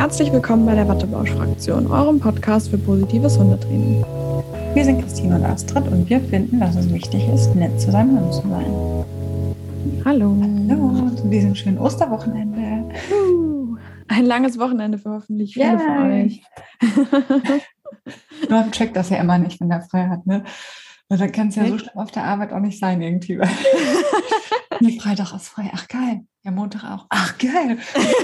Herzlich willkommen bei der Wattebausch-Fraktion, eurem Podcast für positives Hundetraining. Wir sind Christine und Astrid und wir finden, dass es wichtig ist, nett zu seinem Hund zu sein. Hallo. Hallo zu diesem schönen Osterwochenende. Ein langes Wochenende für hoffentlich viele von euch. Nur checkt das ja immer nicht, wenn der frei hat, ne? Weil da kann es ja so schlimm auf der Arbeit auch nicht sein irgendwie. Nee, Freitag ist frei. Ach geil. Ja, Montag auch. Ach geil.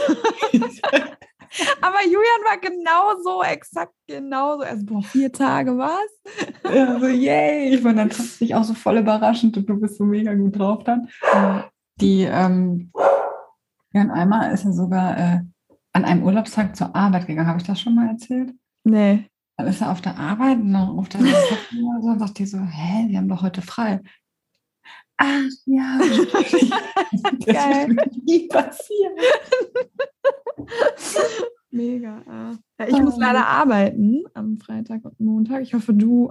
Aber Julian war genauso, exakt genauso. Also, 4 Tage, was? Ja, so, yay. Ich meine, dann fand es dich auch so voll überraschend und du bist so mega gut drauf dann. Jan Eimer ist ja sogar an einem Urlaubstag zur Arbeit gegangen. Habe ich das schon mal erzählt? Nee. Dann ist er auf der Arbeit und dann ruft er so und sagt die so, hä, wir haben doch heute frei. Ach ja. Geil. Das wird nie passieren. Mega. Ja, ich muss leider arbeiten am Freitag und Montag. Ich hoffe, du.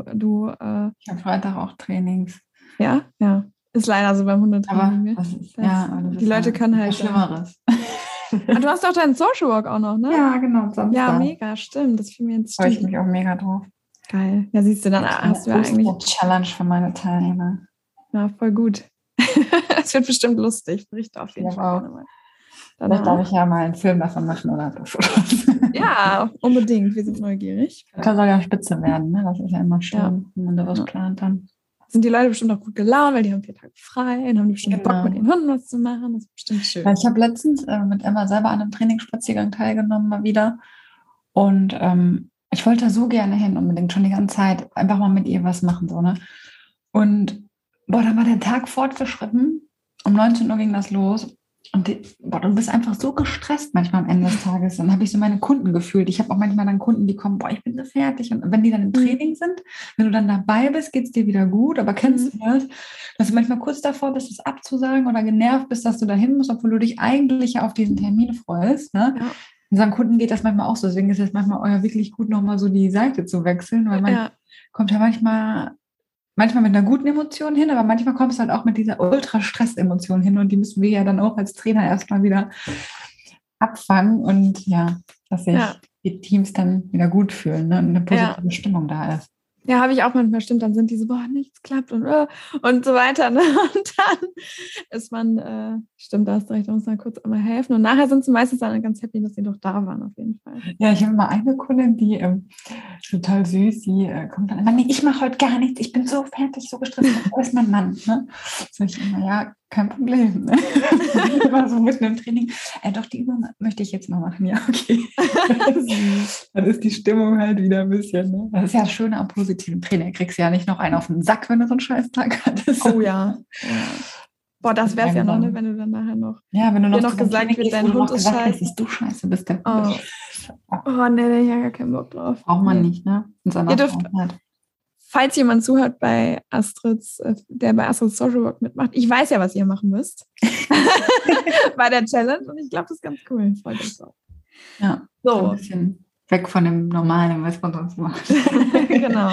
Ich habe Freitag auch Trainings. Ja. Ist leider so beim Hundetraining. Die Leute können halt. Schlimmeres. Du hast doch deinen Social Walk auch noch, ne? Ja, genau. Samstag. Ja, mega, stimmt. Das fiel mir jetzt. Freue ich mich auch mega drauf. Geil. Ja, siehst du, dann hast du ja eigentlich. Eine Challenge für meine Teilnehmer. Ja, voll gut. Es wird bestimmt lustig. Berichte auf jeden Fall. Vielleicht darf ich ja mal einen Film davon machen oder Fotos. Ja, unbedingt. Wir sind neugierig. Das soll ja spitze werden, ne? Das ist ja immer schön, wenn man da was plant dann. Sind die Leute bestimmt auch gut gelaunt, weil die haben 4 Tage frei und haben die bestimmt Bock, mit den Hunden was zu machen. Das ist bestimmt schön. Ja, ich habe letztens mit Emma selber an einem Trainingsspaziergang teilgenommen, mal wieder. Und ich wollte so gerne hin, unbedingt schon die ganze Zeit, einfach mal mit ihr was machen. So, ne? Und dann war der Tag fortgeschritten. Um 19 Uhr ging das los. Und du bist einfach so gestresst manchmal am Ende des Tages. Dann habe ich so meine Kunden gefühlt. Ich habe auch manchmal dann Kunden, die kommen, ich bin so fertig. Und wenn die dann im Training sind, wenn du dann dabei bist, geht es dir wieder gut. Aber kennst du das? Dass du manchmal kurz davor bist, es abzusagen oder genervt bist, dass du da hin musst, obwohl du dich eigentlich ja auf diesen Termin freust. Ne? Ja. Unseren Kunden geht das manchmal auch so. Deswegen ist es manchmal wirklich gut, nochmal so die Seite zu wechseln. Weil man kommt ja manchmal mit einer guten Emotion hin, aber manchmal kommst du halt auch mit dieser Ultra-Stress-Emotion hin und die müssen wir ja dann auch als Trainer erstmal wieder abfangen und dass sich die Teams dann wieder gut fühlen, ne? Und eine positive Stimmung da ist. Ja, habe ich auch manchmal, stimmt, dann sind die so, nichts klappt und so weiter. Ne? Und dann ist man, stimmt, da hast du recht, da muss man kurz einmal helfen. Und nachher sind sie meistens dann ganz happy, dass sie doch da waren, auf jeden Fall. Ja, ich habe mal eine Kundin, die total süß, die kommt dann immer, nee, ich mache heute gar nichts, ich bin so fertig, so gestresst, wo ist mein Mann? Ne? Sag ich immer, ja, kein Problem. Ne? Immer so mitten im Training, doch, die Übung möchte ich jetzt mal machen, ja, okay. Dann ist die Stimmung halt wieder ein bisschen, ne? Das ist ja schön am positiven Training. Kriegst ja nicht noch einen auf den Sack, wenn du so einen Scheißtag hattest. Oh ja. Boah, das wär's ja noch, ne, wenn du dann nachher noch. Ja, wenn du noch gesagt wird, dein Hund ist scheiße. Dass du scheiße bist. Der nee, ich habe gar keinen Bock drauf. Braucht man nicht, ne? Ihr dürft, falls jemand zuhört der bei Astrids Social Work mitmacht, ich weiß ja, was ihr machen müsst. Bei der Challenge und ich glaube, das ist ganz cool. Freut uns auch. Ja, so ein bisschen weg von dem Normalen, was man sonst macht. Genau.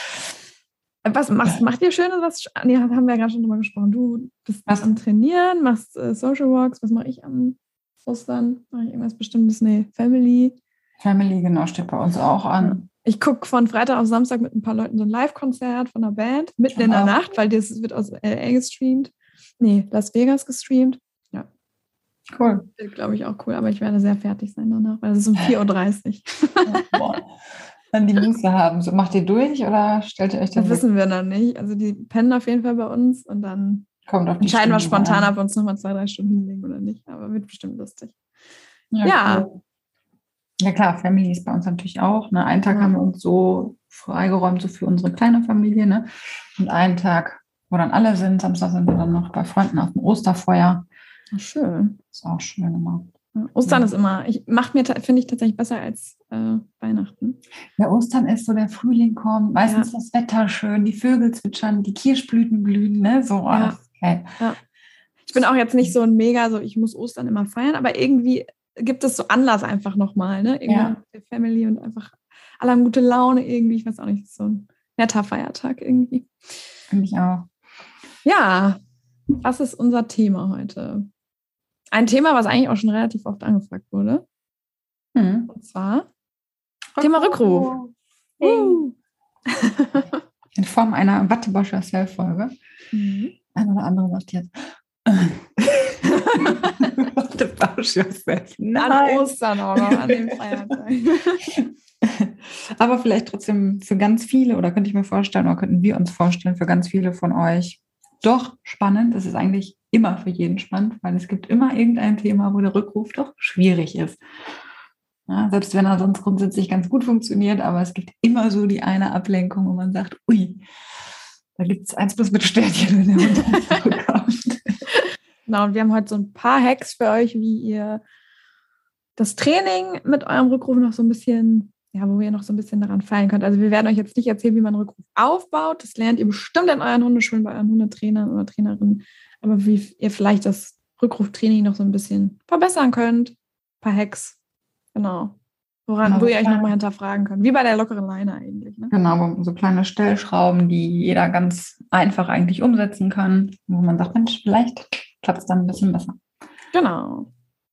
Was macht ihr Schönes? Haben wir ja gerade schon drüber gesprochen. Du bist am Trainieren, machst Social Walks. Was mache ich am Ostern? Mache ich irgendwas Bestimmtes? Nee, Family. Family, genau, steht bei uns auch an. Ich gucke von Freitag auf Samstag mit ein paar Leuten so ein Live-Konzert von einer Band, mitten in der Nacht, weil das wird aus LA gestreamt. Nee, Las Vegas gestreamt. Ja. Cool. Wird, glaube ich, auch cool, aber ich werde sehr fertig sein danach, weil es ist um 4:30 Uhr. Dann die Muße haben. So, macht ihr durch oder stellt ihr euch das wissen wir noch nicht. Also die pennen auf jeden Fall bei uns und dann entscheiden wir spontan, ob wir uns nochmal 2-3 Stunden hinlegen oder nicht. Aber wird bestimmt lustig. Ja. Cool. Ja klar, Family ist bei uns natürlich auch. Ne? Einen Tag haben wir uns so freigeräumt, so für unsere kleine Familie. Ne? Und einen Tag, wo dann alle sind. Samstag sind wir dann noch bei Freunden auf dem Osterfeuer. Ach, schön. Ist auch schön immer. Ostern ist immer, finde ich tatsächlich besser als Weihnachten. Ja, Ostern ist so, der Frühling kommt, meistens das Wetter schön, die Vögel zwitschern, die Kirschblüten blühen, ne? So, okay. Ja. Ich bin auch jetzt nicht so ein mega, so ich muss Ostern immer feiern, aber irgendwie gibt es so Anlass einfach nochmal, ne? Irgendwie mit der Family und einfach alle haben gute Laune irgendwie, ich weiß auch nicht, so ein netter Feiertag irgendwie. Finde ich auch. Ja, was ist unser Thema heute? Ein Thema, was eigentlich auch schon relativ oft angefragt wurde. Und zwar Thema Rückruf. In Form einer What About Yourself-Folge. Ein oder andere sagt jetzt What About Yourself? Nein. An Ostern auch noch, an dem Feiertag. Aber vielleicht trotzdem für ganz viele, oder könnte ich mir vorstellen, oder könnten wir uns vorstellen, für ganz viele von euch doch spannend. Es ist eigentlich immer für jeden spannend, weil es gibt immer irgendein Thema, wo der Rückruf doch schwierig ist. Ja, selbst wenn er sonst grundsätzlich ganz gut funktioniert, aber es gibt immer so die eine Ablenkung, wo man sagt, ui, da gibt es 1+ mit Sternchen, wenn der Hund zurückkommt. Genau, und wir haben heute so ein paar Hacks für euch, wie ihr das Training mit eurem Rückruf noch so ein bisschen, wo ihr noch so ein bisschen daran fallen könnt. Also wir werden euch jetzt nicht erzählen, wie man einen Rückruf aufbaut. Das lernt ihr bestimmt in euren Hundeschulen, bei euren Hundetrainern oder Trainerinnen. Aber wie ihr vielleicht das Rückruftraining noch so ein bisschen verbessern könnt. Ein paar Hacks. Genau. Wo ihr euch nochmal hinterfragen könnt. Wie bei der lockeren Leine eigentlich. Ne? Genau, so kleine Stellschrauben, die jeder ganz einfach eigentlich umsetzen kann, wo man sagt, Mensch, vielleicht klappt es dann ein bisschen besser. Genau.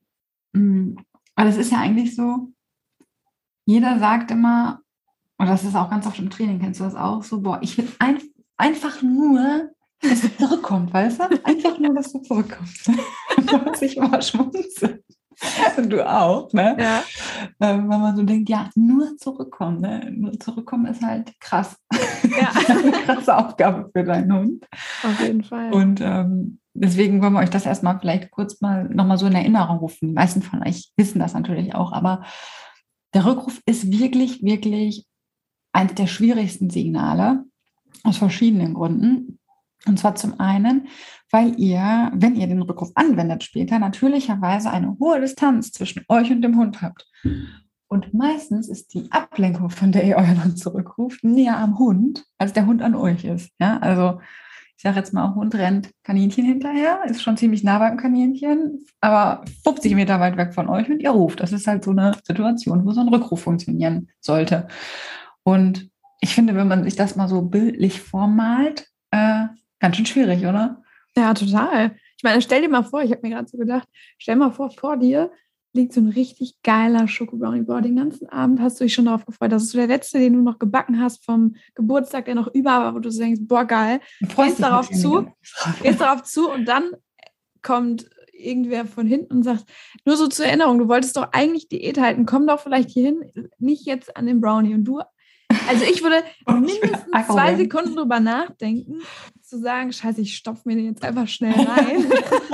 Aber es ist ja eigentlich so, jeder sagt immer, und das ist auch ganz oft im Training, kennst du das auch, so, boah, ich will einfach nur, dass du zurückkommst, weißt du? Einfach nur, dass du zurückkommst. Da muss ich immer schmunzeln. Und du auch, ne? Ja. Wenn man so denkt, ja, nur zurückkommen, ne? Nur zurückkommen ist halt krass. Ja. Eine krasse Aufgabe für deinen Hund. Auf jeden Fall. Und deswegen wollen wir euch das erstmal vielleicht kurz mal nochmal so in Erinnerung rufen. Die meisten von euch wissen das natürlich auch, aber der Rückruf ist wirklich, wirklich eines der schwierigsten Signale aus verschiedenen Gründen. Und zwar zum einen, weil ihr, wenn ihr den Rückruf anwendet später, natürlicherweise eine hohe Distanz zwischen euch und dem Hund habt. Und meistens ist die Ablenkung, von der ihr euren Hund zurückruft, näher am Hund, als der Hund an euch ist. Ja, also ich sage jetzt mal, Hund rennt Kaninchen hinterher, ist schon ziemlich nah beim Kaninchen, aber 50 Meter weit weg von euch und ihr ruft. Das ist halt so eine Situation, wo so ein Rückruf funktionieren sollte. Und ich finde, wenn man sich das mal so bildlich vormalt, ganz schön schwierig, oder? Ja, total. Ich meine, stell dir mal vor, ich habe mir gerade so gedacht, stell mal vor dir liegt so ein richtig geiler Schokobrownie. Boah, den ganzen Abend hast du dich schon darauf gefreut. Das ist so der letzte, den du noch gebacken hast vom Geburtstag, der noch über war, wo du denkst, boah, geil. Gehst darauf zu und dann kommt irgendwer von hinten und sagt, nur so zur Erinnerung, du wolltest doch eigentlich Diät halten, komm doch vielleicht hier hin, nicht jetzt an den Brownie. Und du, also ich würde mindestens 2 Sekunden drüber nachdenken, zu sagen, scheiße, ich stopfe mir den jetzt einfach schnell rein.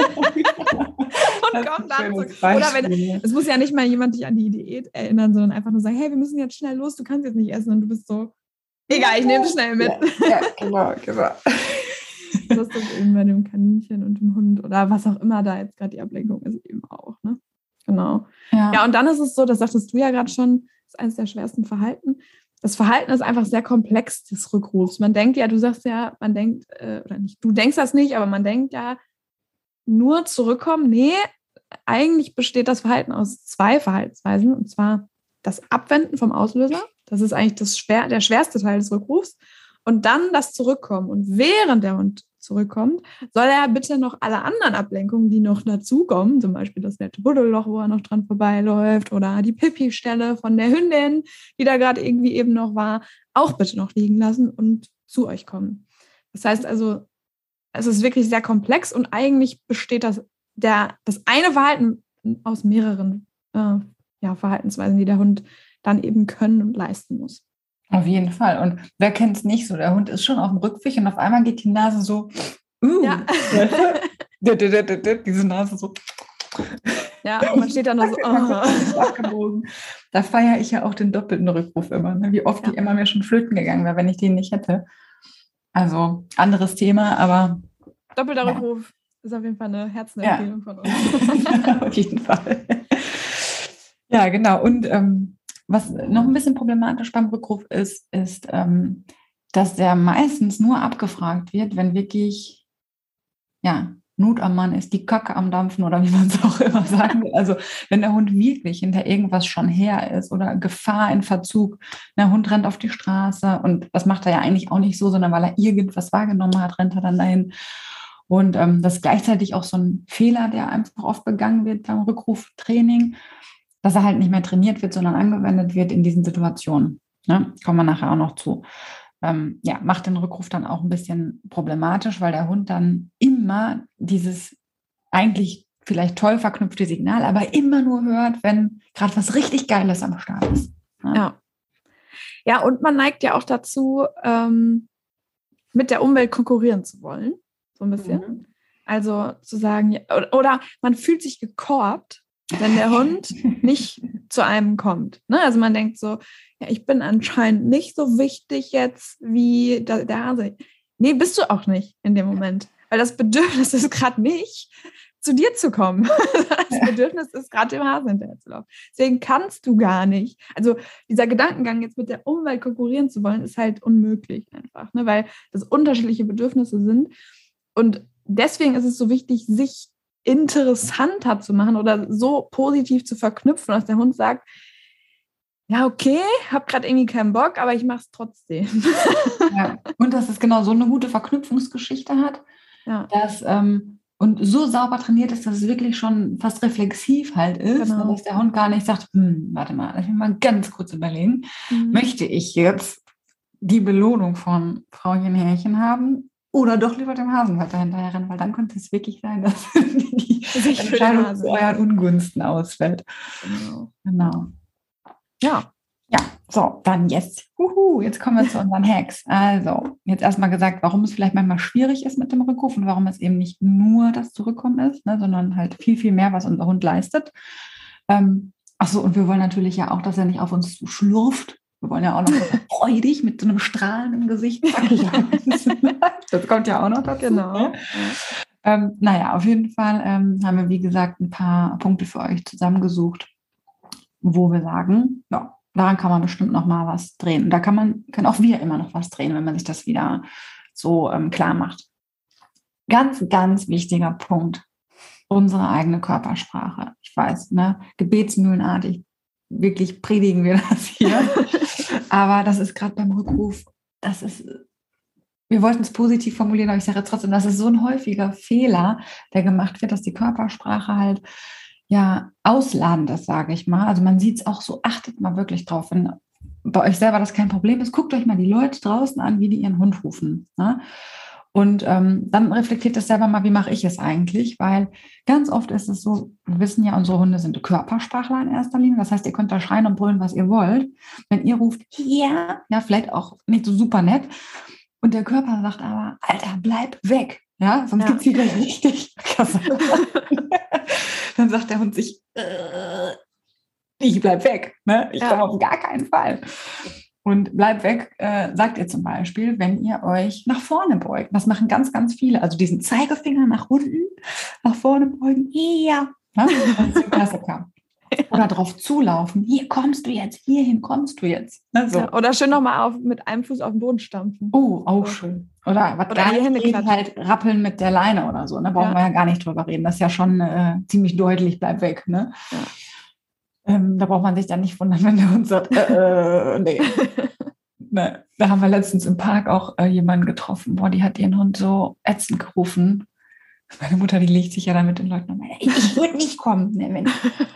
Und komm dann zurück. Oder wenn, es muss ja nicht mal jemand dich an die Diät erinnern, sondern einfach nur sagen, hey, wir müssen jetzt schnell los, du kannst jetzt nicht essen. Und du bist so, egal, ich nehme es schnell mit. Ja, genau. Das ist eben bei dem Kaninchen und dem Hund oder was auch immer da jetzt gerade die Ablenkung ist, eben auch. Ne? Genau. Ja, und dann ist es so, das sagtest du ja gerade schon, das ist eines der schwersten Verhalten. Das Verhalten ist einfach sehr komplex des Rückrufs. Man denkt ja, du sagst ja, man denkt, oder nicht, du denkst das nicht, aber man denkt ja, nur zurückkommen. Nee, eigentlich besteht das Verhalten aus 2 Verhaltensweisen, und zwar das Abwenden vom Auslöser. Das ist eigentlich der schwerste Teil des Rückrufs. Und dann das Zurückkommen. Und während der Hund zurückkommt, soll er bitte noch alle anderen Ablenkungen, die noch dazukommen, zum Beispiel das nette Buddelloch, wo er noch dran vorbeiläuft, oder die Pipi-Stelle von der Hündin, die da gerade irgendwie eben noch war, auch bitte noch liegen lassen und zu euch kommen. Das heißt also, es ist wirklich sehr komplex und eigentlich besteht das eine Verhalten aus mehreren Verhaltensweisen, die der Hund dann eben können und leisten muss. Auf jeden Fall. Und wer kennt es nicht so? Der Hund ist schon auf dem Rückweg und auf einmal geht die Nase so, ja. diese Nase so. Ja, und man steht dann noch so, abgebogen. Da feiere ich ja auch den doppelten Rückruf immer. Ne? Wie oft die immer mir schon flöten gegangen wäre, wenn ich den nicht hätte. Also, anderes Thema, aber... Doppelter Rückruf ist auf jeden Fall eine Herzenempfehlung von uns. Auf jeden Fall. Ja, genau. Und was noch ein bisschen problematisch beim Rückruf ist, dass der meistens nur abgefragt wird, wenn wirklich Not am Mann ist, die Kacke am Dampfen oder wie man es auch immer sagen will. Also wenn der Hund wirklich hinter irgendwas schon her ist oder Gefahr in Verzug, der Hund rennt auf die Straße und das macht er ja eigentlich auch nicht so, sondern weil er irgendwas wahrgenommen hat, rennt er dann dahin. Und das ist gleichzeitig auch so ein Fehler, der einfach oft begangen wird beim Rückruftraining, dass er halt nicht mehr trainiert wird, sondern angewendet wird in diesen Situationen. Ne? Kommen wir nachher auch noch zu. Macht den Rückruf dann auch ein bisschen problematisch, weil der Hund dann immer dieses eigentlich vielleicht toll verknüpfte Signal, aber immer nur hört, wenn gerade was richtig Geiles am Start ist. Ne? Ja, und man neigt ja auch dazu, mit der Umwelt konkurrieren zu wollen, so ein bisschen. Mhm. Also zu sagen, oder man fühlt sich gekorbt, wenn der Hund nicht zu einem kommt. Ne? Also man denkt so, ja, ich bin anscheinend nicht so wichtig jetzt wie der Hase. Nee, bist du auch nicht in dem Moment. Weil das Bedürfnis ist gerade nicht, zu dir zu kommen. Das Bedürfnis ist gerade dem Hasen hinterher zu laufen. Deswegen kannst du gar nicht. Also dieser Gedankengang, jetzt mit der Umwelt konkurrieren zu wollen, ist halt unmöglich einfach, ne? Weil das unterschiedliche Bedürfnisse sind. Und deswegen ist es so wichtig, sich interessanter zu machen oder so positiv zu verknüpfen, dass der Hund sagt, ja, okay, habe gerade irgendwie keinen Bock, aber ich mache es trotzdem. Ja. Und dass es genau so eine gute Verknüpfungsgeschichte hat, dass und so sauber trainiert ist, dass es wirklich schon fast reflexiv halt ist, genau. Dass der Hund gar nicht sagt, warte mal, lass mich mal ganz kurz überlegen, möchte ich jetzt die Belohnung von Frauchen Härchen haben oder doch lieber dem Hasen weiter hinterher rennen, weil dann könnte es wirklich sein, dass die Entscheidung zu euren Ungunsten ausfällt. Genau. Ja, so, dann jetzt kommen wir zu unseren Hacks. Also, jetzt erstmal gesagt, warum es vielleicht manchmal schwierig ist mit dem Rückruf und warum es eben nicht nur das Zurückkommen ist, ne, sondern halt viel, viel mehr, was unser Hund leistet. Achso, und wir wollen natürlich ja auch, dass er nicht auf uns schlurft. Wir wollen ja auch noch freudig mit so einem Strahlen im Gesicht. Das kommt ja auch noch dazu. Genau. Ne? Auf jeden Fall haben wir, wie gesagt, ein paar Punkte für euch zusammengesucht, wo wir sagen, ja, daran kann man bestimmt noch mal was drehen. Und da kann auch wir immer noch was drehen, wenn man sich das wieder so klar macht. Ganz, ganz wichtiger Punkt, unsere eigene Körpersprache. Ich weiß, ne, gebetsmühlenartig, wirklich predigen wir das hier. Aber das ist gerade beim Rückruf, wir wollten es positiv formulieren, aber ich sage trotzdem, das ist so ein häufiger Fehler, der gemacht wird, dass die Körpersprache halt ausladend ist, sage ich mal. Also man sieht es auch so, achtet mal wirklich drauf. Wenn bei euch selber das kein Problem ist, guckt euch mal die Leute draußen an, wie die ihren Hund rufen. Ne? Und dann reflektiert das selber mal, wie mache ich es eigentlich? Weil ganz oft ist es so, wir wissen ja, unsere Hunde sind Körpersprachler in erster Linie. Das heißt, ihr könnt da schreien und brüllen, was ihr wollt. Wenn ihr ruft, ja, vielleicht auch nicht so super nett. Und der Körper sagt aber, Alter, bleib weg. Ja, sonst gibt es hier gleich richtig. Dann sagt der Hund sich, ich bleib weg. Ne? Ich komme auf gar keinen Fall. Und bleib weg, sagt ihr zum Beispiel, wenn ihr euch nach vorne beugt. Das machen ganz, ganz viele. Also diesen Zeigefinger nach unten, nach vorne beugen. Ja. Ne? Das ist ein Klassiker. Oder drauf zulaufen. Hier kommst du jetzt, hierhin kommst du jetzt. Ne? So. Oder schön nochmal mit einem Fuß auf den Boden stampfen. Oh, auch schön. Oder was gar nicht geht, halt rappeln mit der Leine oder so. Ne? Brauchen wir ja gar nicht drüber reden. Das ist ja schon ziemlich deutlich, bleib weg. Ne? Ja. Da braucht man sich dann nicht wundern, wenn der Hund sagt, nee. Ne. Da haben wir letztens im Park auch jemanden getroffen. Boah, die hat ihren Hund so ätzend gerufen. Meine Mutter, die legt sich ja dann mit den Leuten um. Ich würde nicht kommen. Ne, wenn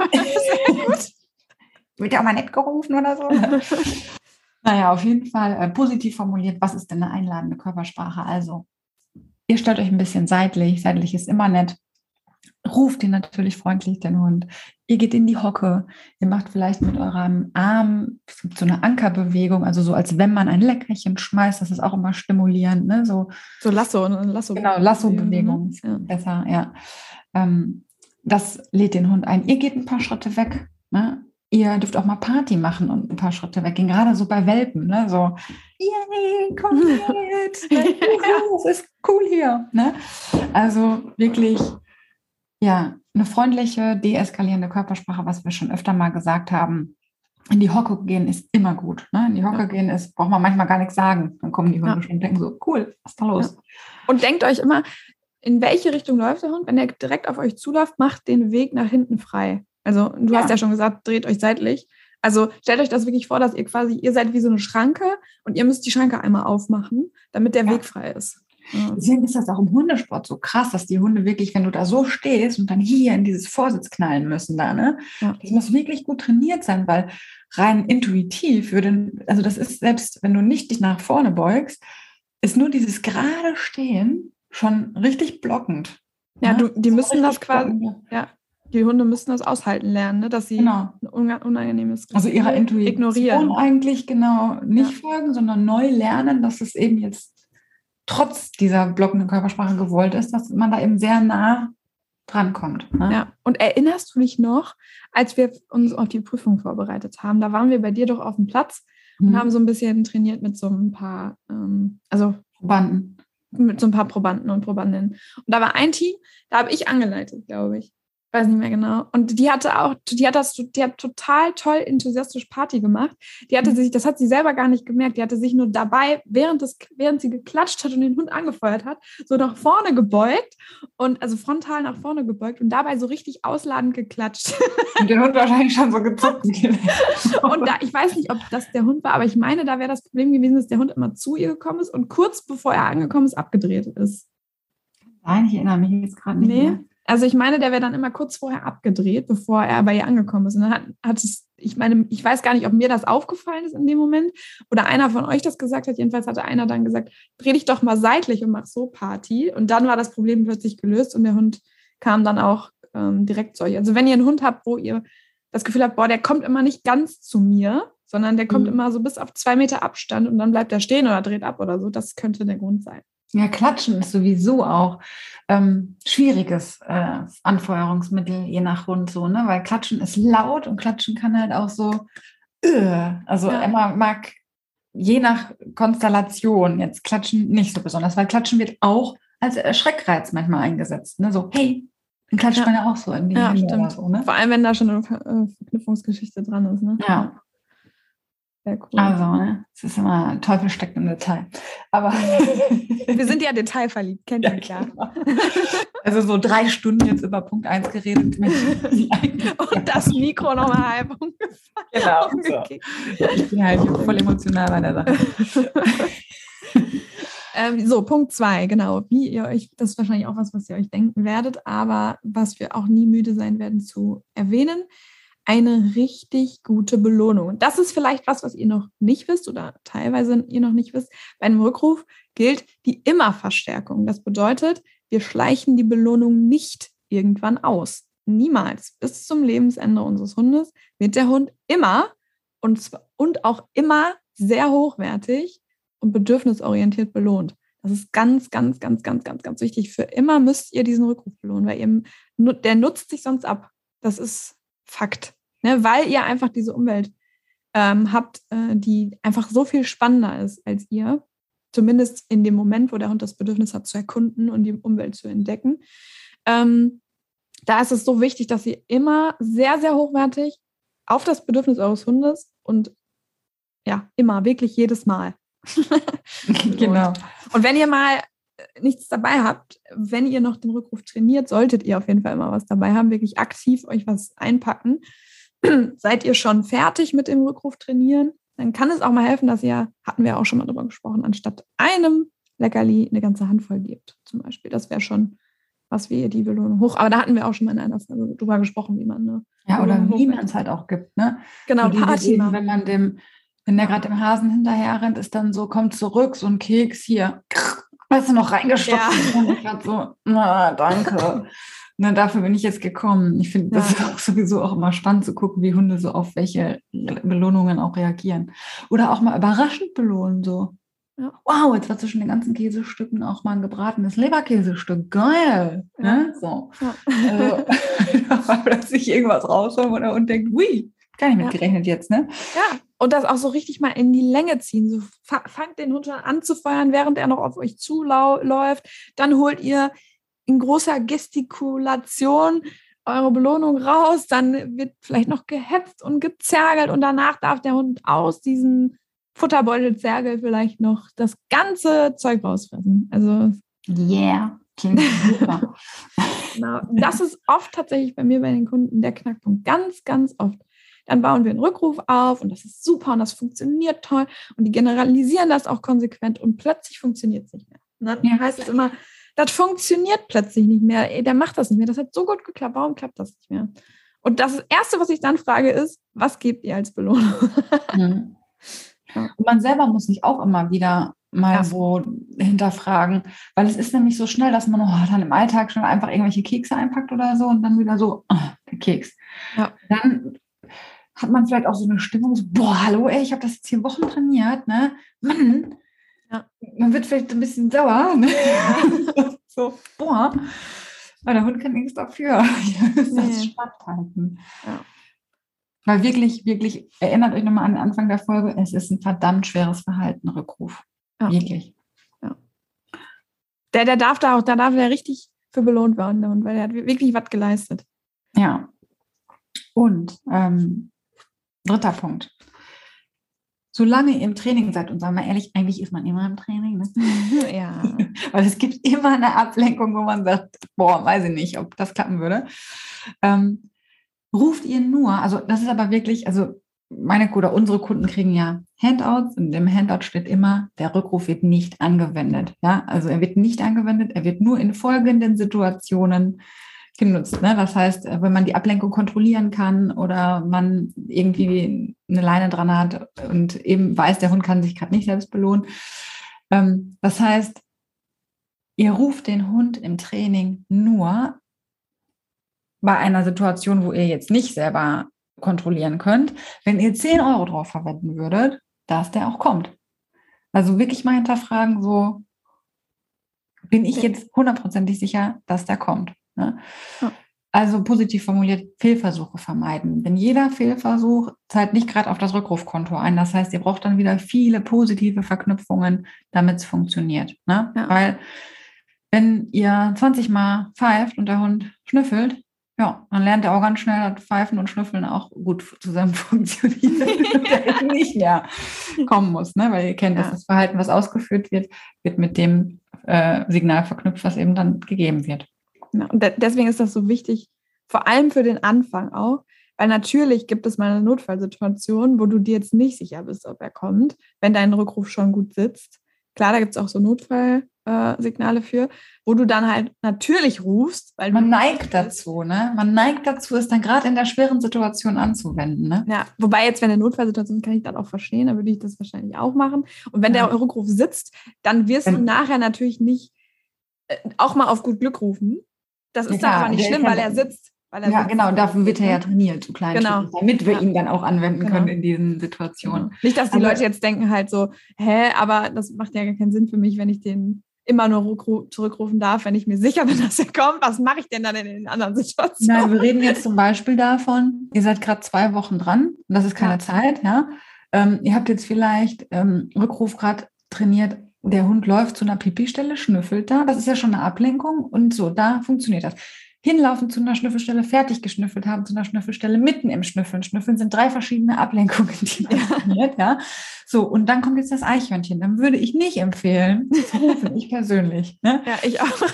wird ja auch mal nett gerufen oder so. Naja, auf jeden Fall positiv formuliert, was ist denn eine einladende Körpersprache? Also, ihr stellt euch ein bisschen seitlich. Seitlich ist immer nett. Ruft ihn natürlich freundlich, den Hund. Ihr geht in die Hocke. Ihr macht vielleicht mit eurem Arm, es gibt so eine Ankerbewegung, also so, als wenn man ein Leckerchen schmeißt. Das ist auch immer stimulierend. Ne? So Lasso. Genau, Lasso-Bewegung ist besser, ja. Das lädt den Hund ein. Ihr geht ein paar Schritte weg. Ne? Ihr dürft auch mal Party machen und ein paar Schritte weggehen. Gerade so bei Welpen. Ne? So, yay, komm mit. Es ist cool hier. Ne? Also wirklich, eine freundliche, deeskalierende Körpersprache, was wir schon öfter mal gesagt haben. In die Hocke gehen ist immer gut. Ne? In die Hocke gehen braucht man manchmal gar nichts sagen. Dann kommen die Hunde schon und denken so, cool, was ist da los? Ja. Und denkt euch immer, in welche Richtung läuft der Hund? Wenn er direkt auf euch zuläuft, macht den Weg nach hinten frei. Also du hast ja schon gesagt, dreht euch seitlich. Also stellt euch das wirklich vor, dass ihr seid wie so eine Schranke und ihr müsst die Schranke einmal aufmachen, damit der Weg frei ist. Ja. Deswegen ist das auch im Hundesport so krass, dass die Hunde wirklich, wenn du da so stehst und dann hier in dieses Vorsitz knallen müssen da, ne? Ja. Das muss wirklich gut trainiert sein, weil rein intuitiv also das ist, selbst wenn du nicht dich nach vorne beugst, ist nur dieses gerade Stehen schon richtig blockend. Ja, Ne? die müssen das Richtig quasi, blockend. ja, die Hunde müssen das aushalten lernen, ne? Dass sie Genau. ein unangenehmes Also Gefühl ihrer Intuition ignorieren. eigentlich genau nicht folgen, sondern neu lernen, dass es eben jetzt trotz dieser blockenden Körpersprache gewollt ist, dass man da eben sehr nah drankommt. Ne? Ja, und erinnerst du dich noch, als wir uns auf die Prüfung vorbereitet haben, da waren wir bei dir doch auf dem Platz und haben so ein bisschen trainiert mit so ein paar, Probanden. Mit so ein paar Probanden und Probandinnen. Und da war ein Team, da habe ich angeleitet, glaube ich. Weiß nicht mehr genau. Und die hat total toll enthusiastisch Party gemacht. Das hat sie selber gar nicht gemerkt. Die hatte sich nur dabei, während sie geklatscht hat und den Hund angefeuert hat, so nach vorne gebeugt und also frontal nach vorne gebeugt und dabei so richtig ausladend geklatscht. Und den Hund wahrscheinlich schon so gezuckt. Und ich weiß nicht, ob das der Hund war, aber ich meine, da wäre das Problem gewesen, dass der Hund immer zu ihr gekommen ist und kurz bevor er angekommen ist, abgedreht ist. Nein, ich erinnere mich jetzt gerade nicht mehr. Also ich meine, der wäre dann immer kurz vorher abgedreht, bevor er bei ihr angekommen ist. Und dann ich weiß gar nicht, ob mir das aufgefallen ist in dem Moment oder einer von euch das gesagt hat. Jedenfalls hatte einer dann gesagt, dreh dich doch mal seitlich und mach so Party. Und dann war das Problem plötzlich gelöst und der Hund kam dann auch direkt zu euch. Also wenn ihr einen Hund habt, wo ihr das Gefühl habt, der kommt immer nicht ganz zu mir, sondern der kommt immer so bis auf 2 Meter Abstand und dann bleibt er stehen oder dreht ab oder so, das könnte der Grund sein. Ja, Klatschen ist sowieso auch schwieriges Anfeuerungsmittel, je nach Hund so, ne? Weil Klatschen ist laut und Klatschen kann halt auch so, Emma mag je nach Konstellation jetzt Klatschen nicht so besonders, weil Klatschen wird auch als Schreckreiz manchmal eingesetzt, ne? So, hey, dann klatscht man ja auch so in die Hände stimmt. oder so, ne? Vor allem, wenn da schon eine Verknüpfungsgeschichte dran ist, ne? Ja. Sehr cool. Also, ne, es ist immer, Teufel steckt im Detail. Aber wir sind ja detailverliebt, kennt ihr klar. Genau. Also so 3 Stunden jetzt über Punkt 1 geredet. Und das Mikro nochmal halb Genau. So. Ich bin halt voll emotional bei der Sache. Punkt 2, genau. Wie ihr euch, das ist wahrscheinlich auch was ihr euch denken werdet, aber was wir auch nie müde sein werden zu erwähnen, eine richtig gute Belohnung. Und das ist vielleicht was ihr noch nicht wisst oder teilweise ihr noch nicht wisst. Bei einem Rückruf gilt die Immer-Verstärkung. Das bedeutet, wir schleichen die Belohnung nicht irgendwann aus. Niemals. Bis zum Lebensende unseres Hundes wird der Hund immer und auch immer sehr hochwertig und bedürfnisorientiert belohnt. Das ist ganz, ganz, ganz, ganz, ganz, ganz wichtig. Für immer müsst ihr diesen Rückruf belohnen, weil der nutzt sich sonst ab. Das ist Fakt. Ne? Weil ihr einfach diese Umwelt habt, die einfach so viel spannender ist als ihr. Zumindest in dem Moment, wo der Hund das Bedürfnis hat, zu erkunden und die Umwelt zu entdecken. Da ist es so wichtig, dass ihr immer sehr, sehr hochwertig auf das Bedürfnis eures Hundes und ja, immer, wirklich jedes Mal. Genau. Und wenn ihr mal nichts dabei habt, wenn ihr noch den Rückruf trainiert, solltet ihr auf jeden Fall immer was dabei haben, wirklich aktiv euch was einpacken. Seid ihr schon fertig mit dem Rückruf trainieren, dann kann es auch mal helfen, dass ihr, hatten wir auch schon mal drüber gesprochen, anstatt einem Leckerli eine ganze Handvoll gebt, zum Beispiel. Das wäre schon was wie die Belohnung hoch. Aber da hatten wir auch schon mal in einer Folge drüber gesprochen, wie man eine ja, oder wie man es halt auch gibt, ne? Genau, Party. Wenn der gerade dem Hasen hinterher rennt, ist dann so, kommt zurück, so ein Keks hier, weißt du, noch reingestopft. Und ich gerade so, na, danke. Na, dafür bin ich jetzt gekommen. Ich finde, das ist auch sowieso auch immer spannend zu gucken, wie Hunde so auf welche Belohnungen auch reagieren. Oder auch mal überraschend belohnen, so. Ja. Wow, jetzt war zwischen den ganzen Käsestücken auch mal ein gebratenes Leberkäsestück. Geil. Ja. Ne? So. Ja. Also, dass ich irgendwas rausholen und denkt, ui, gar nicht mitgerechnet jetzt, ne? Ja, und das auch so richtig mal in die Länge ziehen. So fangt den Hund schon an zu feuern, während er noch auf euch zuläuft. Dann holt ihr in großer Gestikulation eure Belohnung raus. Dann wird vielleicht noch gehetzt und gezergelt und danach darf der Hund aus diesem Futterbeutelzergel vielleicht noch das ganze Zeug rausfressen. Also yeah, klingt super. Genau. Das ist oft tatsächlich bei mir bei den Kunden der Knackpunkt. Ganz, ganz oft. Dann bauen wir einen Rückruf auf und das ist super und das funktioniert toll und die generalisieren das auch konsequent und plötzlich funktioniert es nicht mehr. Und dann heißt es immer, das funktioniert plötzlich nicht mehr. Ey, der macht das nicht mehr. Das hat so gut geklappt. Warum klappt das nicht mehr? Und das Erste, was ich dann frage, ist, was gebt ihr als Belohnung? Mhm. Und man selber muss sich auch immer wieder mal so hinterfragen, weil es ist nämlich so schnell, dass man dann im Alltag schon einfach irgendwelche Kekse einpackt oder so und dann wieder so, der Keks. Ja. Dann hat man vielleicht auch so eine Stimmung, so, hallo, ey, ich habe das jetzt hier Wochen trainiert, ne? Mann, man wird vielleicht ein bisschen sauer, ne? So, aber der Hund kann nichts dafür. Das standhalten. Ja. Weil wirklich, wirklich, erinnert euch nochmal an den Anfang der Folge, es ist ein verdammt schweres Verhalten, Rückruf. Ja. Wirklich. Ja. Der darf da richtig für belohnt werden, und weil er hat wirklich was geleistet. Ja. Und 3. Punkt. Solange ihr im Training seid, und sagen wir ehrlich, eigentlich ist man immer im Training, ne? Ja. Weil es gibt immer eine Ablenkung, wo man sagt, weiß ich nicht, ob das klappen würde. Ruft ihr nur, also das ist aber wirklich, also unsere Kunden kriegen ja Handouts und im Handout steht immer, der Rückruf wird nicht angewendet. Ja, also er wird nicht angewendet, er wird nur in folgenden Situationen genutzt. Ne? Das heißt, wenn man die Ablenkung kontrollieren kann oder man irgendwie eine Leine dran hat und eben weiß, der Hund kann sich gerade nicht selbst belohnen. Das heißt, ihr ruft den Hund im Training nur bei einer Situation, wo ihr jetzt nicht selber kontrollieren könnt, wenn ihr 10 € drauf verwenden würdet, dass der auch kommt. Also wirklich mal hinterfragen, so bin ich jetzt 100%ig sicher, dass der kommt. Ne? Ja. Also positiv formuliert, Fehlversuche vermeiden. Denn jeder Fehlversuch zahlt nicht gerade auf das Rückrufkonto ein. Das heißt, ihr braucht dann wieder viele positive Verknüpfungen, damit es funktioniert. Ne? Ja. Weil wenn ihr 20 Mal pfeift und der Hund schnüffelt, ja, dann lernt er auch ganz schnell, dass Pfeifen und Schnüffeln auch gut zusammen funktionieren und der nicht mehr kommen muss. Ne? Weil ihr kennt, dass das Verhalten, was ausgeführt wird, wird mit dem Signal verknüpft, was eben dann gegeben wird. Ja, und deswegen ist das so wichtig, vor allem für den Anfang auch, weil natürlich gibt es mal eine Notfallsituation, wo du dir jetzt nicht sicher bist, ob er kommt, wenn dein Rückruf schon gut sitzt. Klar, da gibt es auch so Notfallsignale für, wo du dann halt natürlich rufst. Weil man neigt dazu, ne? Man neigt dazu, es dann gerade in der schweren Situation anzuwenden, ne? Ja, wobei jetzt, wenn eine Notfallsituation ist, kann ich das auch verstehen, dann würde ich das wahrscheinlich auch machen. Und wenn der Rückruf sitzt, dann wirst du nachher natürlich nicht auch mal auf gut Glück rufen. Das ist dann aber nicht schlimm, weil er sitzt. Genau, dafür wird er ja trainiert, so klein, damit wir ihn dann auch anwenden können in diesen Situationen. Genau. Nicht, dass die Leute jetzt denken halt so, aber das macht ja gar keinen Sinn für mich, wenn ich den immer nur zurückrufen darf, wenn ich mir sicher bin, dass er kommt. Was mache ich denn dann in den anderen Situationen? Nein, wir reden jetzt zum Beispiel davon, ihr seid gerade 2 Wochen dran, das ist keine Zeit, ja. Ihr habt jetzt vielleicht Rückruf gerade trainiert, der Hund läuft zu einer Pipi-Stelle, schnüffelt da, das ist ja schon eine Ablenkung und so, da funktioniert das. Hinlaufen zu einer Schnüffelstelle, fertig geschnüffelt haben zu einer Schnüffelstelle, mitten im Schnüffeln. Schnüffeln sind 3 verschiedene Ablenkungen, die man trainiert, ja. So, und dann kommt jetzt das Eichhörnchen. Dann würde ich nicht empfehlen, zu rufen, ich persönlich. Ne? Ja, ich auch.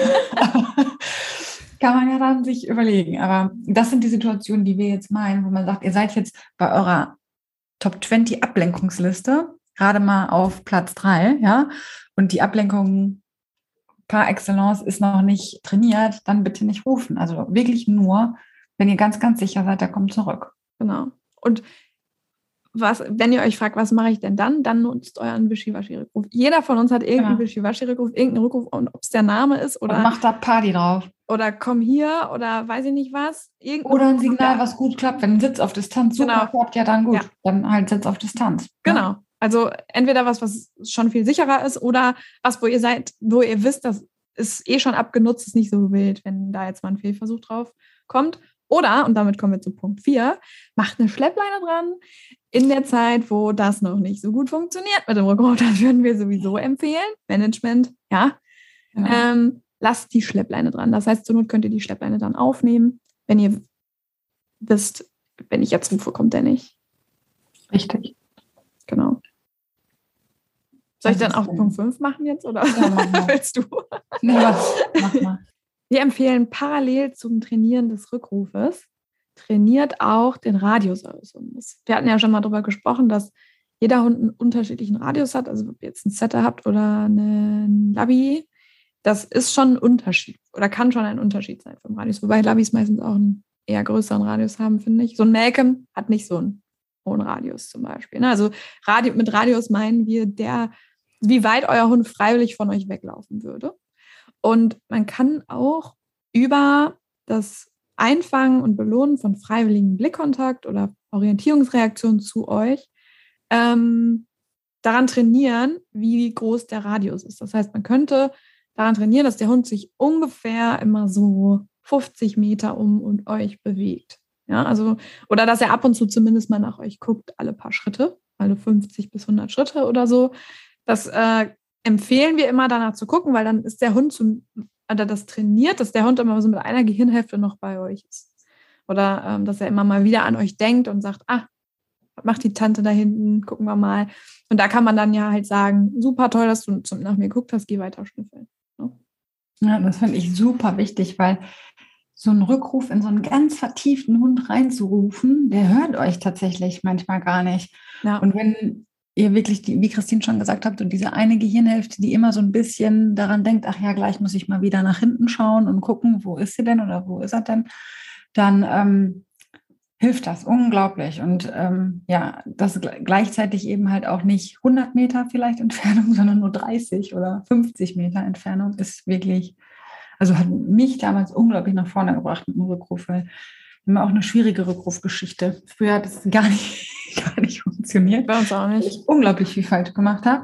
Kann man ja dann sich überlegen. Aber das sind die Situationen, die wir jetzt meinen, wo man sagt, ihr seid jetzt bei eurer Top 20 Ablenkungsliste gerade mal auf Platz 3, ja. Und die Ablenkungen par excellence ist noch nicht trainiert, dann bitte nicht rufen. Also wirklich nur, wenn ihr ganz, ganz sicher seid, der kommt zurück. Genau. Und wenn ihr euch fragt, was mache ich denn dann nutzt euren Wischiwaschi-Rückruf. Jeder von uns hat irgendeinen Wischiwaschi-Rückruf, irgendeinen Rückruf, und ob es der Name ist oder... Und macht da Party drauf. Oder komm hier oder weiß ich nicht was. Oder ein Signal, was gut klappt, wenn ein Sitz auf Distanz super klappt, ja dann gut. Ja. Dann halt Sitz auf Distanz. Genau. Ja? Also entweder was schon viel sicherer ist oder was, wo ihr wisst, das ist schon abgenutzt, ist nicht so wild, wenn da jetzt mal ein Fehlversuch drauf kommt. Oder, und damit kommen wir zu Punkt 4, macht eine Schleppleine dran in der Zeit, wo das noch nicht so gut funktioniert mit dem Rückruf. Das würden wir sowieso empfehlen. Management, ja. Genau. Lasst die Schleppleine dran. Das heißt, zur Not könnt ihr die Schleppleine dann aufnehmen, wenn ihr wisst, wenn ich jetzt rufe, kommt der nicht. Richtig. Genau. Soll ich dann auch Punkt 5 machen jetzt, oder willst du? Nee, mach mal. Wir empfehlen parallel zum Trainieren des Rückrufes, trainiert auch den Radius eures Hundes. Wir hatten ja schon mal darüber gesprochen, dass jeder Hund einen unterschiedlichen Radius hat, also ob ihr jetzt einen Setter habt oder einen Labby, das ist schon ein Unterschied oder kann schon ein Unterschied sein vom Radius. Wobei Labbys meistens auch einen eher größeren Radius haben, finde ich. So ein Malcolm hat nicht so einen hohen Radius zum Beispiel. Also mit Radius meinen wir wie weit euer Hund freiwillig von euch weglaufen würde. Und man kann auch über das Einfangen und Belohnen von freiwilligem Blickkontakt oder Orientierungsreaktion zu euch daran trainieren, wie groß der Radius ist. Das heißt, man könnte daran trainieren, dass der Hund sich ungefähr immer so 50 Meter um euch bewegt. Ja, also, oder dass er ab und zu zumindest mal nach euch guckt, alle paar Schritte, alle 50 bis 100 Schritte oder so. Das empfehlen wir immer, danach zu gucken, weil dann ist der Hund das trainiert, dass der Hund immer so mit einer Gehirnhälfte noch bei euch ist. Oder dass er immer mal wieder an euch denkt und sagt, was macht die Tante da hinten, gucken wir mal. Und da kann man dann ja halt sagen, super toll, dass du nach mir geguckt hast, geh weiter schnüffeln. Ja, das finde ich super wichtig, weil so einen Rückruf in so einen ganz vertieften Hund reinzurufen, der hört euch tatsächlich manchmal gar nicht. Ja. Und wenn ihr wirklich, wie Christine schon gesagt habt, und diese eine Gehirnhälfte, die immer so ein bisschen daran denkt, ach ja, gleich muss ich mal wieder nach hinten schauen und gucken, wo ist sie denn oder wo ist er denn, dann hilft das unglaublich. Und das gleichzeitig eben halt auch nicht 100 Meter vielleicht Entfernung, sondern nur 30 oder 50 Meter Entfernung ist wirklich, also hat mich damals unglaublich nach vorne gebracht mit dem Rückruf, weil immer auch eine schwierige Rückrufgeschichte. Früher hat es gar nicht funktioniert. Bei uns auch nicht. Weil ich unglaublich viel falsch gemacht habe.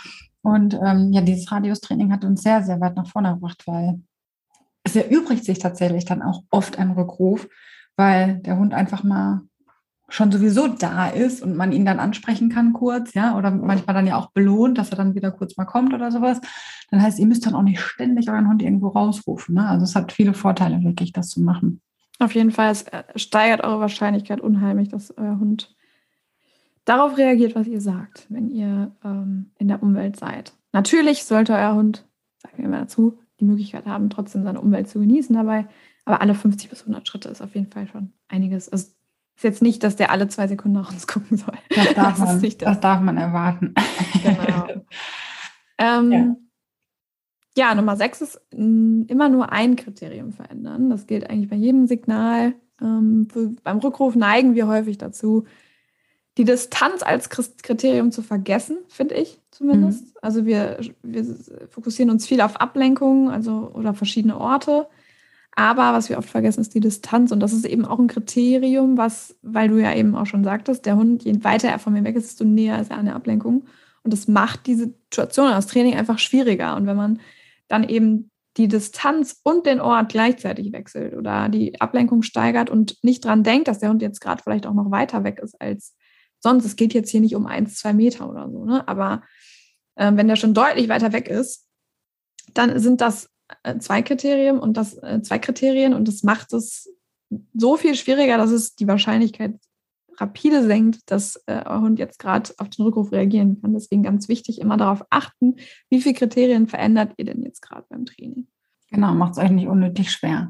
Und dieses Radiustraining hat uns sehr, sehr weit nach vorne gebracht, weil es erübrigt sich tatsächlich dann auch oft ein Rückruf, weil der Hund einfach mal schon sowieso da ist und man ihn dann ansprechen kann kurz, ja, oder manchmal dann ja auch belohnt, dass er dann wieder kurz mal kommt oder sowas. Dann heißt, ihr müsst dann auch nicht ständig euren Hund irgendwo rausrufen, ne? Also es hat viele Vorteile, wirklich das zu machen. Auf jeden Fall, es steigert eure Wahrscheinlichkeit unheimlich, dass euer Hund darauf reagiert, was ihr sagt, wenn ihr in der Umwelt seid. Natürlich sollte euer Hund, sagen wir immer dazu, die Möglichkeit haben, trotzdem seine Umwelt zu genießen dabei. Aber alle 50 bis 100 Schritte ist auf jeden Fall schon einiges. Also ist jetzt nicht, dass der alle 2 Sekunden nach uns gucken soll. Das darf man erwarten. Genau. Nummer 6 ist immer nur ein Kriterium verändern. Das gilt eigentlich bei jedem Signal. Beim Rückruf neigen wir häufig dazu, die Distanz als Kriterium zu vergessen, finde ich zumindest. Also wir fokussieren uns viel auf Ablenkungen, oder verschiedene Orte. Aber was wir oft vergessen, ist die Distanz. Und das ist eben auch ein Kriterium, weil du ja eben auch schon sagtest, der Hund, je weiter er von mir weg ist, desto näher ist er an der Ablenkung. Und das macht die Situation, das Training einfach schwieriger. Und wenn man dann eben die Distanz und den Ort gleichzeitig wechselt oder die Ablenkung steigert und nicht dran denkt, dass der Hund jetzt gerade vielleicht auch noch weiter weg ist als sonst. Es geht jetzt hier nicht um 1-2 Meter oder so, ne? Aber wenn der schon deutlich weiter weg ist, dann sind das zwei Kriterien und das macht es so viel schwieriger, dass es die Wahrscheinlichkeit rapide senkt, dass euer Hund jetzt gerade auf den Rückruf reagieren kann. Deswegen ganz wichtig, immer darauf achten, wie viele Kriterien verändert ihr denn jetzt gerade beim Training. Genau, macht es euch nicht unnötig schwer.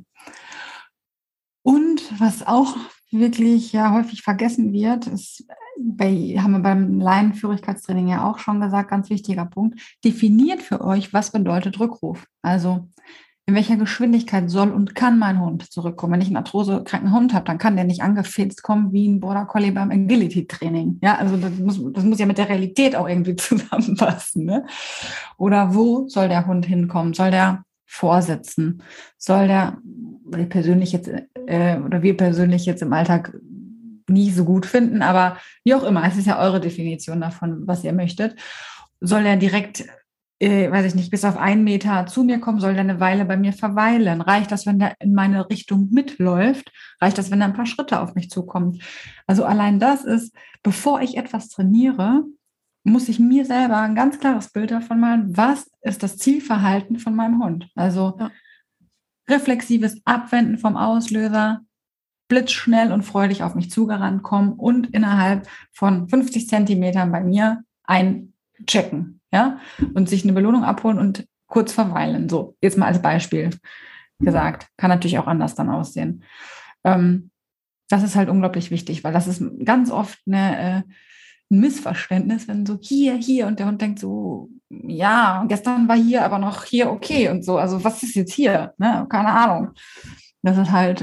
Und was auch wirklich häufig vergessen wird, haben wir beim Laienführigkeitstraining ja auch schon gesagt, ganz wichtiger Punkt, definiert für euch, was bedeutet Rückruf. Also in welcher Geschwindigkeit soll und kann mein Hund zurückkommen. Wenn ich einen arthrosekranken Hund habe, dann kann der nicht angefetzt kommen wie ein Border Collie beim Agility-Training. Ja, also das muss ja mit der Realität auch irgendwie zusammenpassen. Ne? Oder wo soll der Hund hinkommen? Soll der vorsitzen? Soll der, wir persönlich jetzt im Alltag nicht so gut finden, aber wie auch immer, es ist ja eure Definition davon, was ihr möchtet. Soll er direkt bis auf 1 Meter zu mir kommen, soll der eine Weile bei mir verweilen? Reicht das, wenn der in meine Richtung mitläuft? Reicht das, wenn er ein paar Schritte auf mich zukommt? Also allein das ist, bevor ich etwas trainiere, muss ich mir selber ein ganz klares Bild davon malen, was ist das Zielverhalten von meinem Hund? Also reflexives Abwenden vom Auslöser, blitzschnell und freudig auf mich zugerannt kommen und innerhalb von 50 Zentimetern bei mir einchecken. Ja, und sich eine Belohnung abholen und kurz verweilen. So, jetzt mal als Beispiel gesagt. Kann natürlich auch anders dann aussehen. Das ist halt unglaublich wichtig, weil das ist ganz oft eine ein Missverständnis, wenn so hier und der Hund denkt so, ja, gestern war hier, aber noch hier okay und so. Also was ist jetzt hier? Ne? Keine Ahnung. Das ist halt,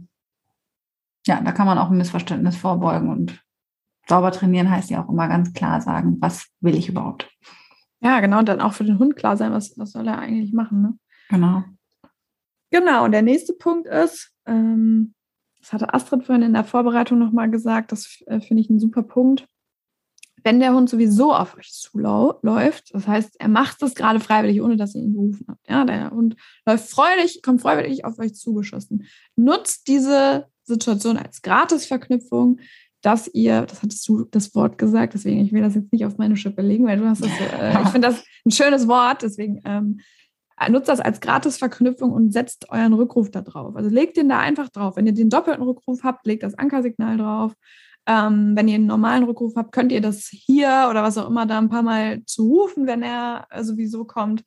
da kann man auch ein Missverständnis vorbeugen und sauber trainieren heißt ja auch immer ganz klar sagen, was will ich überhaupt? Ja, genau, und dann auch für den Hund klar sein, was soll er eigentlich machen, ne? Genau. Genau, und der nächste Punkt ist, das hatte Astrid vorhin in der Vorbereitung nochmal gesagt, das finde ich ein super Punkt. Wenn der Hund sowieso auf euch zuläuft, das heißt, er macht das gerade freiwillig, ohne dass ihr ihn gerufen habt. Ja, der Hund kommt freiwillig auf euch zugeschossen. Nutzt diese Situation als Gratisverknüpfung, dass ihr, das hattest du das Wort gesagt, deswegen, ich will das jetzt nicht auf meine Schippe legen, weil du hast das, ich finde das ein schönes Wort, deswegen nutzt das als Gratisverknüpfung und setzt euren Rückruf da drauf. Also legt den da einfach drauf. Wenn ihr den doppelten Rückruf habt, legt das Ankersignal drauf. Wenn ihr einen normalen Rückruf habt, könnt ihr das hier oder was auch immer da ein paar Mal zurufen, wenn er sowieso kommt.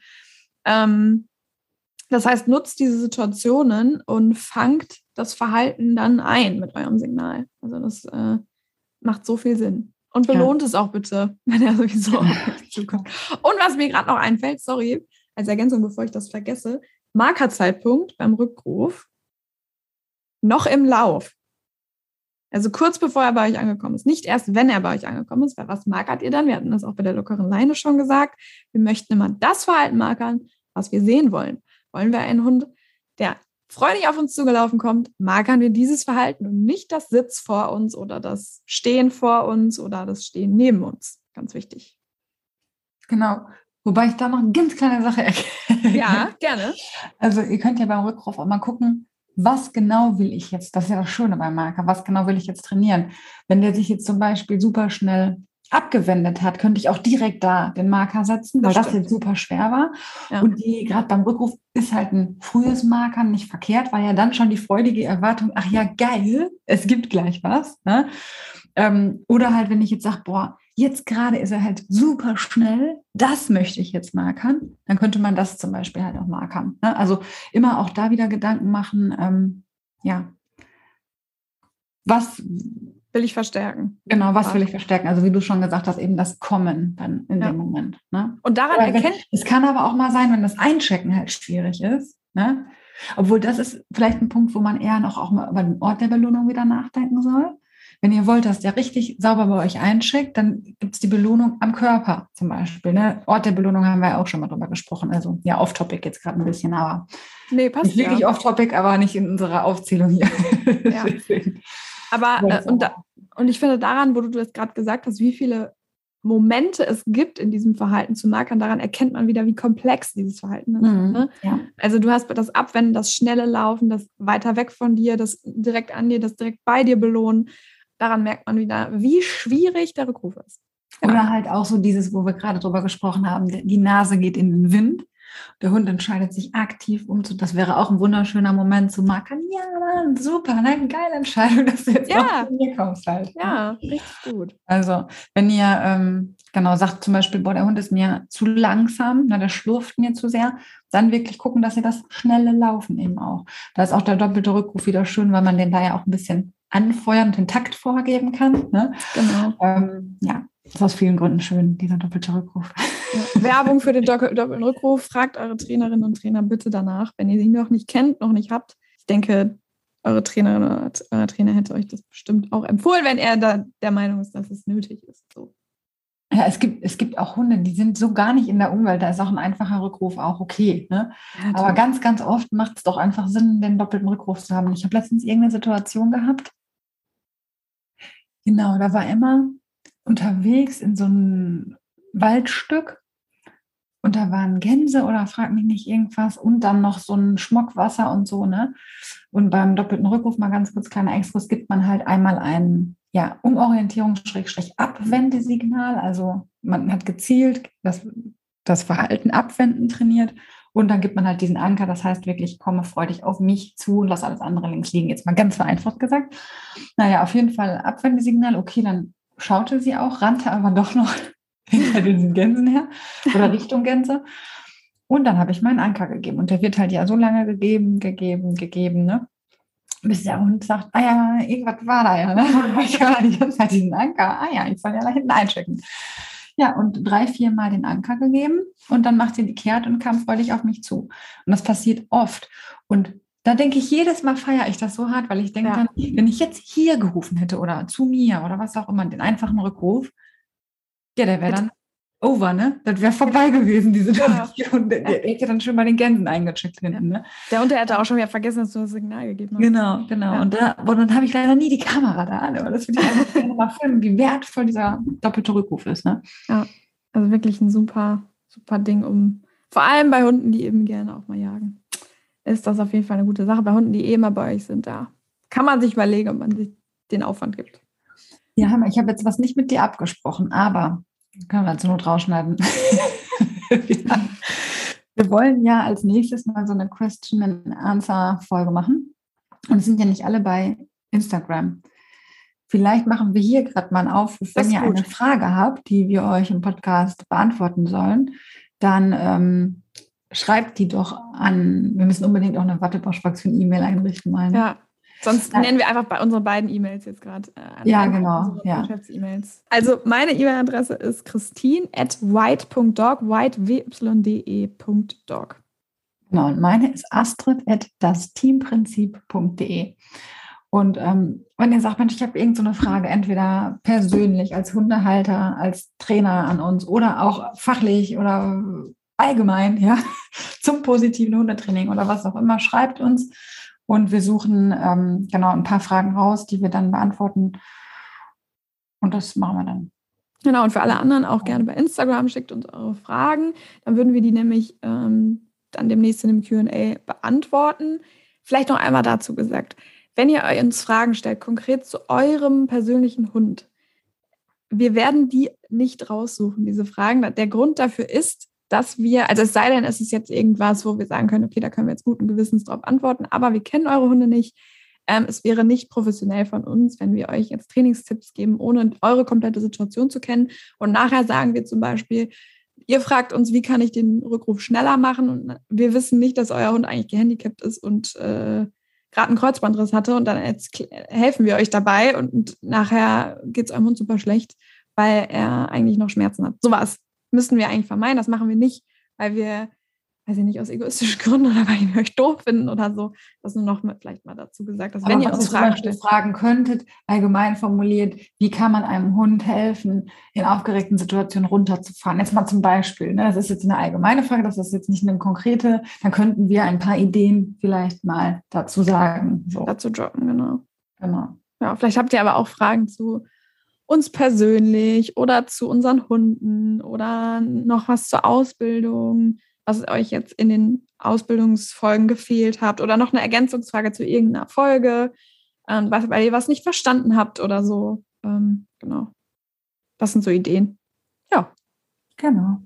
Das heißt, nutzt diese Situationen und fangt das Verhalten dann ein mit eurem Signal. Also das macht so viel Sinn. Und belohnt es auch bitte, wenn er sowieso auf euch zukommt. Und was mir gerade noch einfällt, sorry, als Ergänzung, bevor ich das vergesse, Markerzeitpunkt beim Rückruf noch im Lauf. Also kurz bevor er bei euch angekommen ist. Nicht erst, wenn er bei euch angekommen ist, weil was markert ihr dann? Wir hatten das auch bei der lockeren Leine schon gesagt. Wir möchten immer das Verhalten markern, was wir sehen wollen. Wollen wir einen Hund, der freudig auf uns zugelaufen kommt, markern wir dieses Verhalten und nicht das Sitz vor uns oder das Stehen vor uns oder das Stehen neben uns. Ganz wichtig. Genau. Wobei ich da noch eine ganz kleine Sache erkenne. Ja, gerne. Also ihr könnt ja beim Rückruf auch mal gucken, was genau will ich jetzt? Das ist ja das Schöne beim Marker. Was genau will ich jetzt trainieren? Wenn der sich jetzt zum Beispiel super schnell abgewendet hat, könnte ich auch direkt da den Marker setzen, weil das jetzt super schwer war. Ja. Und die gerade beim Rückruf ist halt ein frühes Markern nicht verkehrt, weil ja dann schon die freudige Erwartung, ach ja, geil, es gibt gleich was. Ne? Oder halt, wenn ich jetzt sage, boah, jetzt gerade ist er halt super schnell, das möchte ich jetzt markern, dann könnte man das zum Beispiel halt auch markern. Ne? Also immer auch da wieder Gedanken machen, was will ich verstärken. Genau, was will ich verstärken? Also wie du schon gesagt hast, eben das Kommen dann in dem Moment. Ne? Und daran erkennt... Es kann aber auch mal sein, wenn das Einchecken halt schwierig ist, ne? Obwohl das ist vielleicht ein Punkt, wo man eher noch auch mal über den Ort der Belohnung wieder nachdenken soll. Wenn ihr wollt, dass der richtig sauber bei euch eincheckt, dann gibt es die Belohnung am Körper zum Beispiel. Ne? Ort der Belohnung haben wir ja auch schon mal drüber gesprochen. Also ja, off-topic jetzt gerade ein bisschen, aber passt nicht wirklich off-topic, aber nicht in unserer Aufzählung hier. Ja. Aber und ich finde daran, wo du das gerade gesagt hast, wie viele Momente es gibt in diesem Verhalten zu markern, daran erkennt man wieder, wie komplex dieses Verhalten ist. Ne? Ja. Also du hast das Abwenden, das schnelle Laufen, das weiter weg von dir, das direkt an dir, das direkt bei dir belohnen. Daran merkt man wieder, wie schwierig der Rückruf ist. Genau. Oder halt auch so dieses, wo wir gerade drüber gesprochen haben, die Nase geht in den Wind. Der Hund entscheidet sich aktiv das wäre auch ein wunderschöner Moment zu markern. Ja, Mann, super, eine geile Entscheidung, dass du jetzt auch zu mir kommst halt. Ja, richtig gut. Also, wenn ihr sagt zum Beispiel, boah, der Hund ist mir zu langsam, der schlurft mir zu sehr, dann wirklich gucken, dass ihr das schnelle Laufen eben auch. Da ist auch der doppelte Rückruf wieder schön, weil man den da ja auch ein bisschen anfeuern und den Takt vorgeben kann. Ne? Genau. Das ist aus vielen Gründen schön, dieser doppelte Rückruf. Ja, Werbung für den doppelten Rückruf. Fragt eure Trainerinnen und Trainer bitte danach, wenn ihr sie noch nicht kennt, noch nicht habt. Ich denke, eure Trainerin oder euer Trainer hätte euch das bestimmt auch empfohlen, wenn er da der Meinung ist, dass es nötig ist. So. Ja, es gibt auch Hunde, die sind so gar nicht in der Umwelt. Da ist auch ein einfacher Rückruf auch okay. Ne? Ja, aber ganz, ganz oft macht es doch einfach Sinn, den doppelten Rückruf zu haben. Ich habe letztens irgendeine Situation gehabt. Genau, da war Emma unterwegs in so einem Waldstück und da waren Gänse oder frag mich nicht irgendwas und dann noch so ein Schmockwasser und so, ne? Und beim doppelten Rückruf, mal ganz kurz kleiner Exkurs, gibt man halt einmal ein Umorientierungs-Abwendesignal, also man hat gezielt das Verhalten abwenden trainiert und dann gibt man halt diesen Anker, das heißt wirklich, komme freudig auf mich zu und lass alles andere links liegen, jetzt mal ganz vereinfacht gesagt. Naja, auf jeden Fall Abwendesignal, okay, dann schaute sie auch, rannte aber doch noch hinter diesen Gänsen her oder Richtung Gänse. Und dann habe ich meinen Anker gegeben. Und der wird halt ja so lange gegeben, ne? bis der Hund sagt, ah ja, irgendwas war da ja. Ne? Ich höre die ganze Zeit diesen Anker. Ah ja, ich soll ja da hinten einchecken. Ja, und 3-4 Mal den Anker gegeben und dann macht sie die kehrt und kam freudig auf mich zu. Und das passiert oft. Und da denke ich, jedes Mal feiere ich das so hart, weil ich denke dann, wenn ich jetzt hier gerufen hätte oder zu mir oder was auch immer, den einfachen Rückruf, ja, der wäre dann over, ne? Das wäre vorbei gewesen, diese Situation. Der hätte dann schon bei den Gänsen eingecheckt hinten, ne? Der Hund hätte auch schon wieder vergessen, dass du das Signal gegeben hast. Genau. Ja. Und dann habe ich leider nie die Kamera da an, aber das würde ich einfach gerne mal filmen, wie wertvoll dieser doppelte Rückruf ist, ne? Ja, also wirklich ein super, super Ding, vor allem bei Hunden, die eben gerne auch mal jagen, ist das auf jeden Fall eine gute Sache. Bei Hunden, die eh mal bei euch sind, da kann man sich überlegen, ob man sich den Aufwand gibt. Ja, ich habe jetzt was nicht mit dir abgesprochen, aber können wir zur Not rausschneiden. Wir wollen ja als nächstes mal so eine Question-and-Answer-Folge machen. Und es sind ja nicht alle bei Instagram. Vielleicht machen wir hier gerade mal einen Aufruf, wenn ihr eine Frage habt, die wir euch im Podcast beantworten sollen, dann schreibt die doch an. Wir müssen unbedingt auch eine Wattebauschbox für eine E-Mail einrichten. Mal, ne? Ja. Sonst nennen wir einfach bei unseren beiden E-Mails jetzt gerade. Ja, genau. Geschäfts-E-Mails. Also meine E-Mail-Adresse ist christine@white.dog, white.dog. Genau, und meine ist astrid@dasteamprinzip.de. Und wenn ihr sagt, Mensch, ich habe irgend so eine Frage, entweder persönlich als Hundehalter, als Trainer an uns oder auch fachlich oder allgemein, ja, zum positiven Hundetraining oder was auch immer, schreibt uns. Und wir suchen ein paar Fragen raus, die wir dann beantworten. Und das machen wir dann. Genau, und für alle anderen auch gerne bei Instagram, schickt uns eure Fragen. Dann würden wir die nämlich dann demnächst in dem Q&A beantworten. Vielleicht noch einmal dazu gesagt, wenn ihr uns Fragen stellt, konkret zu eurem persönlichen Hund, wir werden die nicht raussuchen, diese Fragen. Der Grund dafür ist, dass wir, also es sei denn, es ist jetzt irgendwas, wo wir sagen können, okay, da können wir jetzt guten Gewissens drauf antworten, aber wir kennen eure Hunde nicht. Es wäre nicht professionell von uns, wenn wir euch jetzt Trainingstipps geben, ohne eure komplette Situation zu kennen. Und nachher sagen wir zum Beispiel, ihr fragt uns, wie kann ich den Rückruf schneller machen? Und wir wissen nicht, dass euer Hund eigentlich gehandicapt ist und gerade einen Kreuzbandriss hatte. Und dann helfen wir euch dabei und nachher geht es eurem Hund super schlecht, weil er eigentlich noch Schmerzen hat. Sowas müssen wir eigentlich vermeiden. Das machen wir nicht, weil wir, weiß ich nicht, aus egoistischen Gründen oder weil wir euch doof finden oder so. Das nur noch vielleicht mal dazu gesagt, dass wenn ihr uns fragen könntet, allgemein formuliert, wie kann man einem Hund helfen, in aufgeregten Situationen runterzufahren? Jetzt mal zum Beispiel, ne? Das ist jetzt eine allgemeine Frage, das ist jetzt nicht eine konkrete, dann könnten wir ein paar Ideen vielleicht mal dazu sagen. So. Dazu droppen, genau. Ja, vielleicht habt ihr aber auch Fragen zu uns persönlich oder zu unseren Hunden oder noch was zur Ausbildung, was euch jetzt in den Ausbildungsfolgen gefehlt habt oder noch eine Ergänzungsfrage zu irgendeiner Folge, weil ihr was nicht verstanden habt oder so. Genau. Das sind so Ideen. Ja. Genau.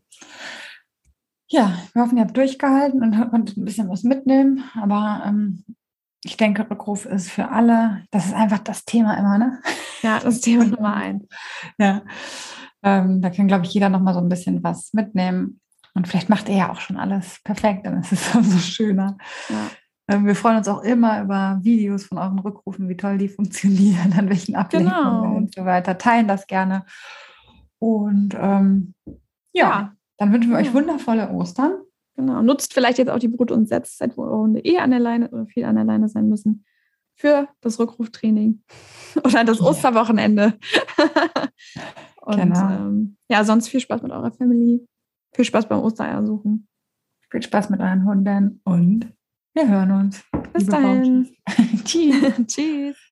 Ja, wir hoffen, ihr habt durchgehalten und konntet ein bisschen was mitnehmen, aber ich denke, Rückruf ist für alle, das ist einfach das Thema immer, ne? Ja, das Thema Nummer 1. Ja, da kann, glaube ich, jeder noch mal so ein bisschen was mitnehmen. Und vielleicht macht er ja auch schon alles perfekt, dann ist es so schöner. Ja. Wir freuen uns auch immer über Videos von euren Rückrufen, wie toll die funktionieren, an welchen Ablenkungen und so weiter. Teilen das gerne. Und dann wünschen wir euch wundervolle Ostern. Genau, nutzt vielleicht jetzt auch die Brut- und Setzzeit, wo eure Hunde an der Leine oder viel an der Leine sein müssen, für das Rückruftraining oder das Osterwochenende. Und sonst viel Spaß mit eurer Family, viel Spaß beim Ostereiersuchen. Viel Spaß mit euren Hunden und wir hören uns. Bis dahin. Tschüss. Tschüss.